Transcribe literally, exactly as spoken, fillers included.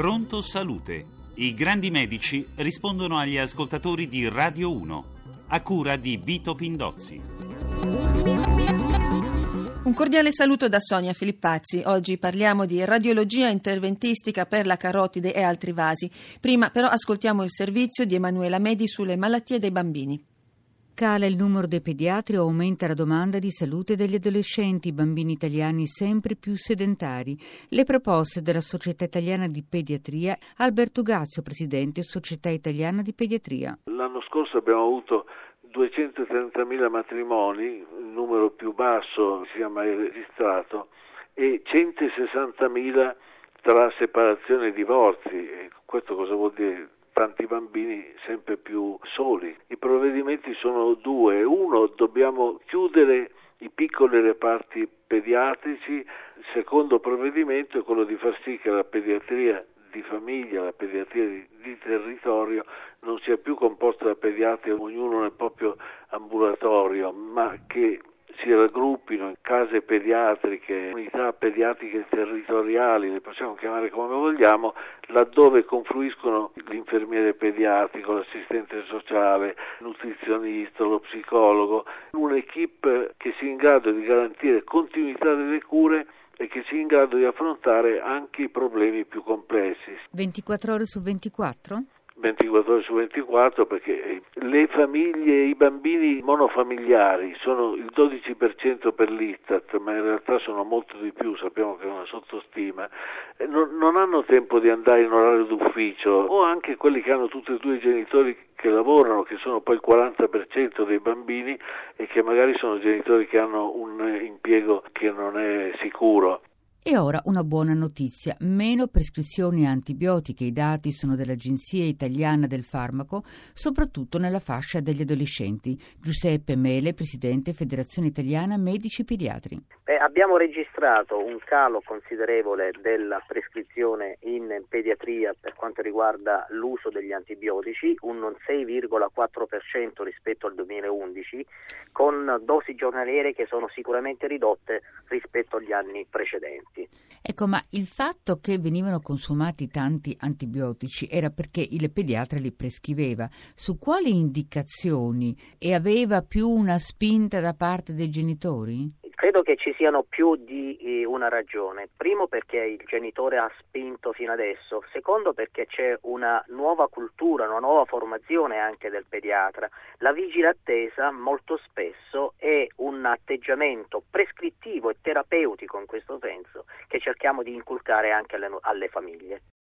Pronto Salute. I grandi medici rispondono agli ascoltatori di Radio uno, a cura di Vito Pindozzi. Un cordiale saluto da Sonia Filippazzi. Oggi parliamo di radiologia interventistica per la carotide e altri vasi. Prima però ascoltiamo il servizio di Emanuela Medi sulle malattie dei bambini. Cala il numero dei pediatri o aumenta la domanda di salute degli adolescenti, i bambini italiani sempre più sedentari. Le proposte della Società Italiana di Pediatria. Alberto Gazzo, presidente Società Italiana di Pediatria. L'anno scorso abbiamo avuto duecentotrentamila matrimoni, il numero più basso sia mai registrato, e centosessantamila tra separazioni e divorzi. E questo cosa vuol dire? Tanti bambini sempre più soli. I provvedimenti sono due. Uno, dobbiamo chiudere i piccoli reparti pediatrici. Il secondo provvedimento è quello di far sì che la pediatria di famiglia, la pediatria di, di territorio non sia più composta da pediatri ognuno nel proprio ambulatorio, ma che si raggruppino in case pediatriche, unità pediatriche territoriali, le possiamo chiamare come vogliamo, laddove confluiscono l'infermiere pediatrico, l'assistente sociale, il nutrizionista, lo psicologo, un'equipe che sia in grado di garantire continuità delle cure e che sia in grado di affrontare anche i problemi più complessi. ventiquattro ore su ventiquattro? ventiquattro ore su ventiquattro, perché le famiglie e i bambini monofamiliari sono il dodici per cento per l'Istat, ma in realtà sono molto di più, sappiamo che è una sottostima, non, non hanno tempo di andare in orario d'ufficio, o anche quelli che hanno tutti e due i genitori che lavorano, che sono poi il quaranta per cento dei bambini e che magari sono genitori che hanno un impiego che non è sicuro. E ora una buona notizia, meno prescrizioni antibiotiche, i dati sono dell'Agenzia Italiana del Farmaco, soprattutto nella fascia degli adolescenti. Giuseppe Mele, presidente Federazione Italiana Medici Pediatri. Eh, abbiamo registrato un calo considerevole della prescrizione in pediatria per quanto riguarda l'uso degli antibiotici, un sei virgola quattro per cento rispetto al duemilaundici, con dosi giornaliere che sono sicuramente ridotte rispetto agli anni precedenti. Ecco, ma il fatto che venivano consumati tanti antibiotici era perché il pediatra li prescriveva. Su quali indicazioni? E aveva più una spinta da parte dei genitori? Credo che ci siano più di una ragione. Primo, perché il genitore ha spinto fino adesso. Secondo, perché c'è una nuova cultura, una nuova formazione anche del pediatra. La vigile attesa molto spesso è un atteggiamento prescrittivo e terapeutico in questo senso che cerchiamo di inculcare anche alle, alle famiglie.